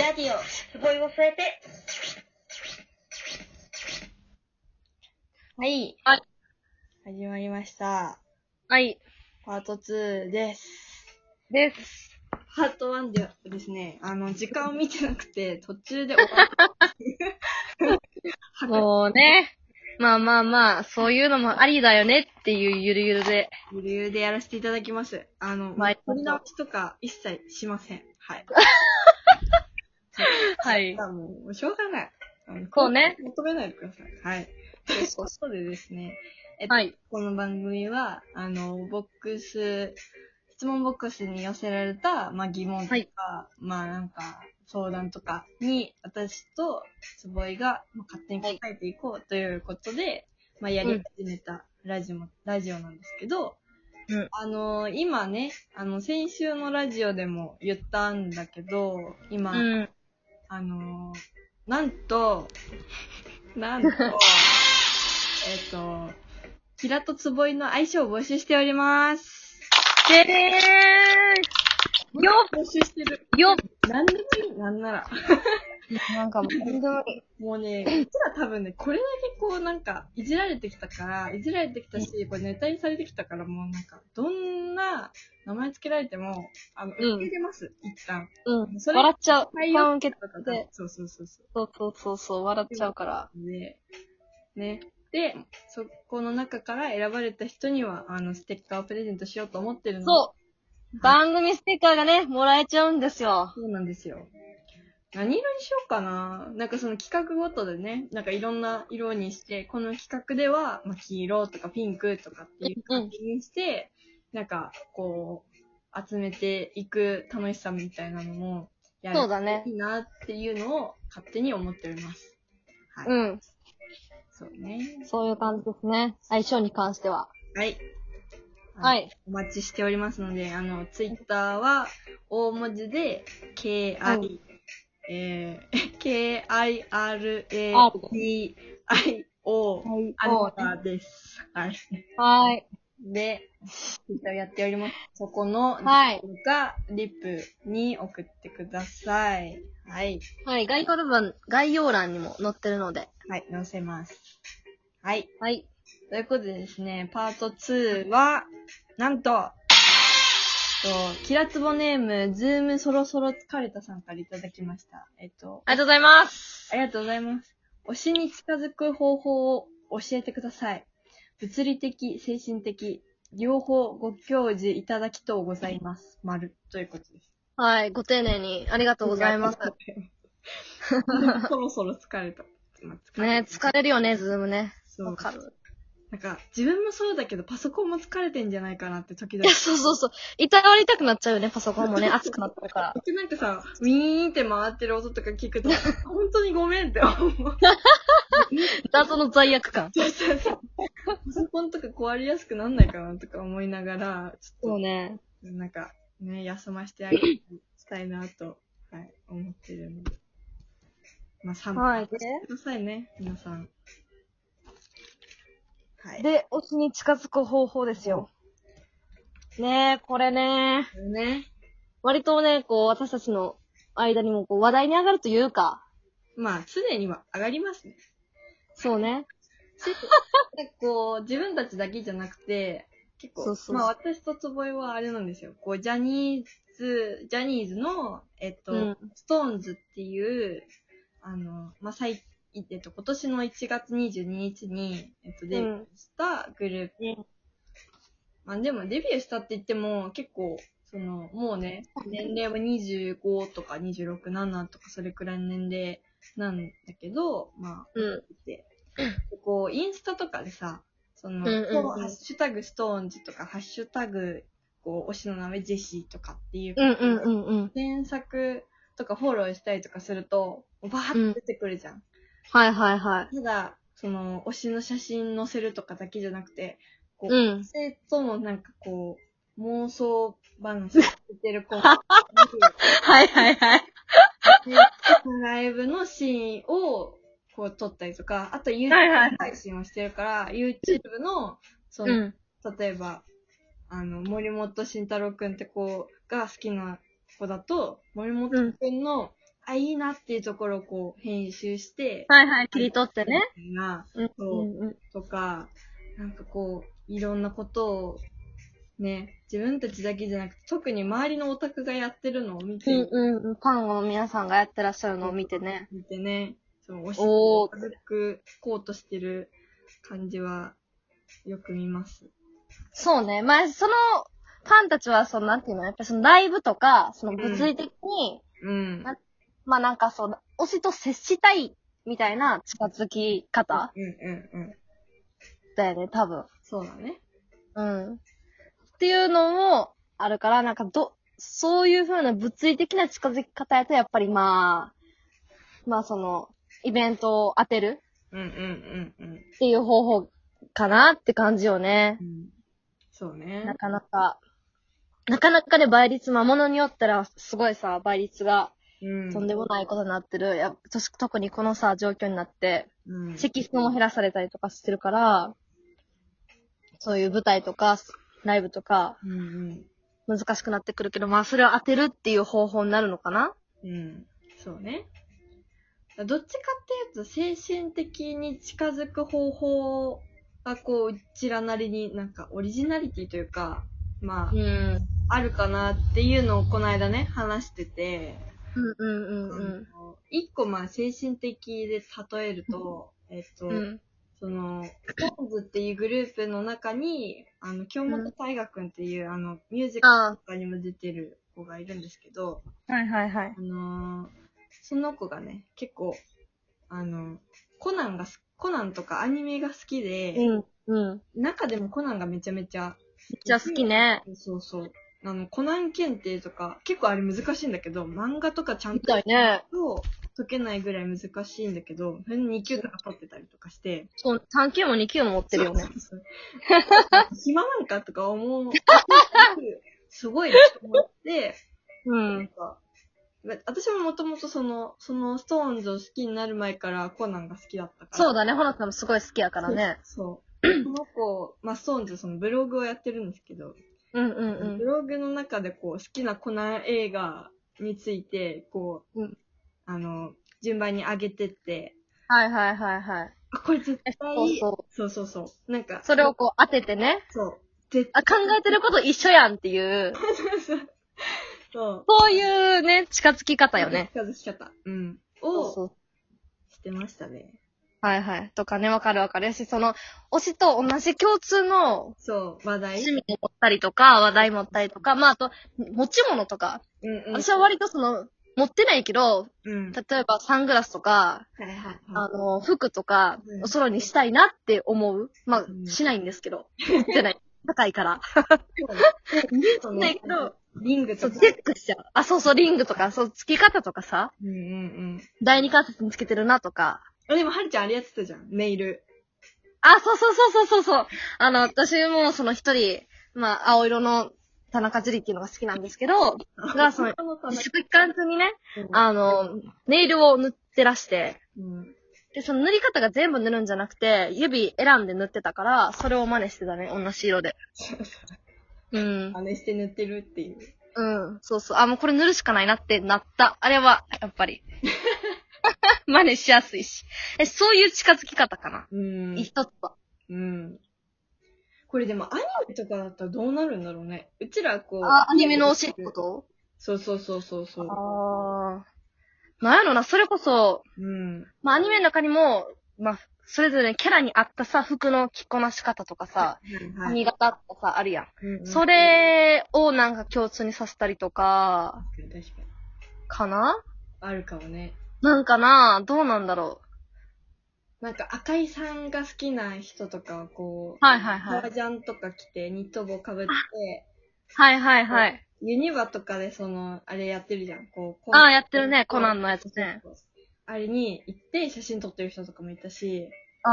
ラジオ、つぼいを添えて。はい。 はい。 始まりました。 はい。 パート2です。 です。 パート1ではですね、時間を見てなくて、途中で終わった。 もうね。まあ、そういうのもありだよねっていうゆるゆるで。 ゆるゆるでやらせていただきます。 まいりま取りしょう直しとか一切しません。はい。 はい。 もうしょうがない。 そうね。 求めないでください。はい。 そうそうそそうでですね、 はい。 この番組は、質問ボックスに寄せられた、疑問とか、 はい相談とかに、私とつぼいが、勝手に答えていこうということで、やり始めたラジオなんですけど、今ね、先週のラジオでも言ったんだけど、今、なんと、キラとつぼいの相性を募集しております。 でーんよ募集してる。 よなんでもいい、なんなら。 なんかもう、本当に。 もうね、うちら多分ね、これだけこういじられてきたし、これネタにされてきたから、もうどんな名前つけられても、受け入れます、一旦。それ笑っちゃう。 採用受けとかで。そう。 そう、笑っちゃうから。 ね。で、そこの中から選ばれた人には、ステッカーをプレゼントしようと思ってるので。 そう。番組ステッカーがね、もらえちゃうんですよ。 そうなんですよ。何色にしようかな。その企画ごとでね、いろんな色にして、この企画では、黄色とかピンクとかっていう感じにして、集めていく楽しさみたいなのも、やるといいなっていうのを勝手に思っております。はい。そうね。 そういう感じですね。相性に関しては。 はい。 はい。 お待ちしておりますので、ツイッターは、大文字で、KIRADIO です。はい。 はい。 で、ツイッターやっております。そこの、リプに送ってください。はい。 はい。概要欄にも載ってるので。 はい、載せます。はい。 はい。 ということでですね、パート2は、なんと、キラツボネーム、ズームそろそろ疲れたさんからいただきました。 ありがとうございます。 ありがとうございます。推しに近づく方法を教えてください。物理的、精神的、両方ご教示いただきとうございます。ということです。 はい、ご丁寧にありがとうございます。 そろそろ疲れた。 ね、疲れるよね、ズームね。 わかる。 自分もそうだけど、パソコンも疲れてんじゃないかなって時々。 いや、そう。いたわりたくなっちゃうよね、パソコンもね。熱くなってるから。 ウィーンって回ってる音とか聞くと、本当にごめんって思う。 謎の罪悪感。 パソコンとか壊れやすくなんないかなとか思いながら、ちょっと、 そうね。 休ませてあげたいなと、思ってるので。参考してくださいね、皆さん。はい。 で、推しに近づく方法ですよ。ねえ、これね。割とね、私たちの間にも話題に上がるというか。 常には上がりますね。 そうね。 自分たちだけじゃなくて、結構、私とつぼいはあれなんですよ。ジャニーズの、ストーンズっていう、今年の1月22日に、デビューしたグループ。でもデビューしたって言っても、結構、もうね、年齢は25とか26、7とかそれくらいの年齢なんだけど、インスタとかでさ、ハッシュタグストーンズとか、ハッシュタグ、推しの名前ジェシーとかっていう、検索とかフォローしたりとかすると、バーって出てくるじゃん。 はい。 ただ、推しの写真載せるとかだけじゃなくて、女性との妄想話してる子はい。 ライブのシーンを、撮ったりとか、あと YouTube 配信をしてるから、YouTube の、例えば、森本慎太郎くんって子が好きな子だと、森本くんのいいなっていうところをこう、編集して、 はいはい、切り取ってね。 とか、なんかこう、いろんなことを、ね、自分たちだけじゃなくて、特に周りのオタクがやってるのを見て、 パンの皆さんがやってらっしゃるのを見てね。 見てね、推しを軽くこうとしてる感じは、よく見ます。 そうね。まあ、その、ファンたちは、なんていうの、やっぱそのライブとか、その物理的に、まあなんか推しと接したい、みたいな近づき方だよね、多分。 そうだね。 っていうのもあるから、なんかそういう風な物理的な近づき方やと、やっぱりまあイベントを当てる。っていう方法かなって感じよね。 そうね。 なかなかね、倍率、まあ、ものによったら、すごいさ、倍率が、とんでもないことになってる。特にこのさ、状況になって、席数も減らされたりとかしてるから、そういう舞台とか、ライブとか、難しくなってくるけど、まあ、それを当てるっていう方法になるのかな？ そうね。どっちかっていうと、精神的に近づく方法が、こう、うちらなりになんかオリジナリティというか、まあ、あるかなっていうのをこの間ね、話してて、一個まあ精神的で例えると、その、ストーンズっていうグループの中に、京本大我くんっていう、ミュージカルとかにも出てる子がいるんですけど、その子がね、結構、コナンとかアニメが好きで、中でもコナンがめちゃめちゃ好きね。 そうそう。コナン検定とか、結構あれ難しいんだけど、漫画とかちゃんと解けないぐらい難しいんだけど、それ2級とか取ってたりとかして。 そう、3級も2級も持ってるよね。 そう暇なんかとか思う。すごいと思って、私ももともとそのストーンズを好きになる前からコナンが好きだったから。 そうだね、ほなさんもすごい好きやからね。 そう。この子、まあ、ストーンズそのブログをやってるんですけど、ブログの中でこう好きなコナン映画について、こう、順番に上げてって。これ絶対、そうなんか。 それをこう当ててね。 考えてること一緒やんっていう。そういうね、近づき方よね。 近づき方。を、してましたね。 とかね、わかる。やし、推しと同じ共通の、 話題趣味を持ったりとか、話題持ったりとか、まあ、あと、持ち物とか。私は割と持ってないけど、例えばサングラスとか、服とか、お揃いにしたいなって思う。まあ、しないんですけど。持ってない。高いから。ないけど、 リングとか。 チェックしちゃう。そう、リングとか、付き方とかさ。第二関節につけてるなとか。 でも、はるちゃんあれやってたじゃん。ネイル。 そう。私も一人、まあ、青色の田中樹っていうのが好きなんですけど、が、自粛期間中にね、ネイルを塗ってらして、で、その塗り方が全部塗るんじゃなくて、指選んで塗ってたから、それを真似してたね、同じ色で。 真似して塗ってるっていう。 そう。もうこれ塗るしかないなってなった。あれは、やっぱり。真似しやすいし。そういう近づき方かな。一つは。 これでもアニメとかだったらどうなるんだろうね。うちらこう。 アニメの推しってこと？ そう。 なんやろな、それこそ、まあアニメの中にも、まあ、それぞれキャラに合ったさ、服の着こなし方とかさ、髪型とかさ、あるやん。それをなんか共通にさせたりとか、かな？ あるかもね。 なんかな、どうなんだろう。なんか赤井さんが好きな人とかはこう、革ジャンとか着て、ニット帽かぶって、ユニバとかであれやってるじゃん。こうやってるね、コナンのやつね。 あれに行って写真撮ってる人とかもいたし。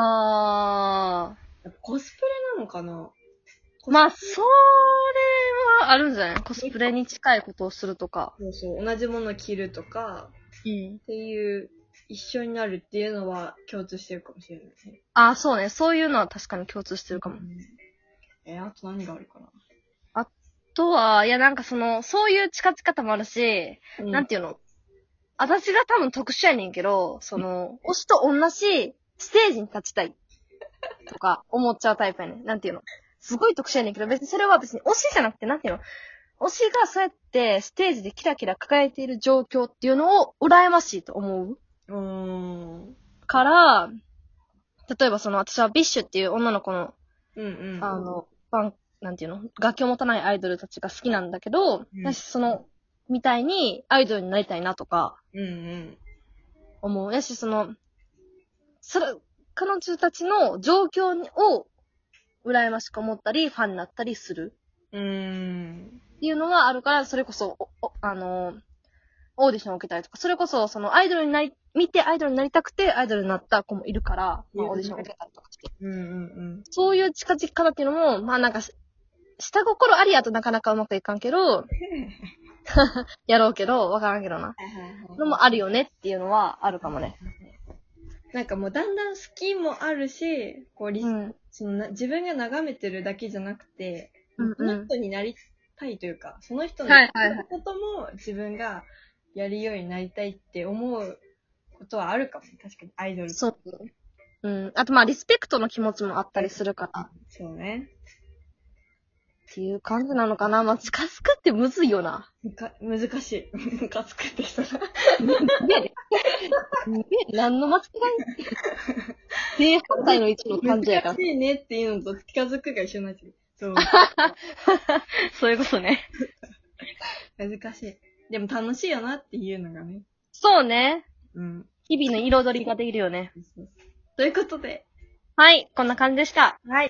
コスプレなのかな？ まあ、それはあるんじゃない？コスプレに近いことをするとか。 そう。同じもの着るとか、っていう、一緒になるっていうのは共通してるかもしれないね。 そうね。そういうのは確かに共通してるかも。 あと何があるかな？ あとは、いやなんかそういう近づき方もあるし、なんていうの？ 私が多分特殊やねんけど、推しと同じステージに立ちたい。とか、思っちゃうタイプやねん。なんていうの。すごい特殊やねんけど、別にそれは別に推しじゃなくて、なんていうの。推しがそうやってステージでキラキラ輝いている状況っていうのを羨ましいと思う。から、例えば私はビッシュっていう女の子の、なんていうの、楽器を持たないアイドルたちが好きなんだけど、私みたいにアイドルになりたいなとか、思う。やし、彼女たちの状況を羨ましく思ったり、ファンになったりする。っていうのがあるから、それこそ、オーディションを受けたりとか、それこそ、アイドルに見てアイドルになりたくてアイドルになった子もいるから、まあ、オーディションを受けたりとかして。そういう近づき方っていうのも、まあなんか、下心ありやとなかなかうまくいかんけど、やろうけど、わからんけどな。のもあるよねっていうのはあるかもね。 なんかもうだんだん好きもあるし、こう自分が眺めてるだけじゃなくて、その人になりたいというか、その人のことも自分がやるようになりたいって思うことはあるかもね。確かにアイドル。 そう。あとまあリスペクトの気持ちもあったりするから。 そうね。 っていう感じなのかな。まあ、近づくってむずいよな。 難しい。近づくって人が。 何の間違い正反対の位置の感じやから。 難しいねっていうのと近づくが一緒になっちゃう。そう。 そういうことね。 難しい。でも楽しいよなっていうのがね。 そうね。日々の彩りができるよね。 ということで。 はい、こんな感じでした。 はい。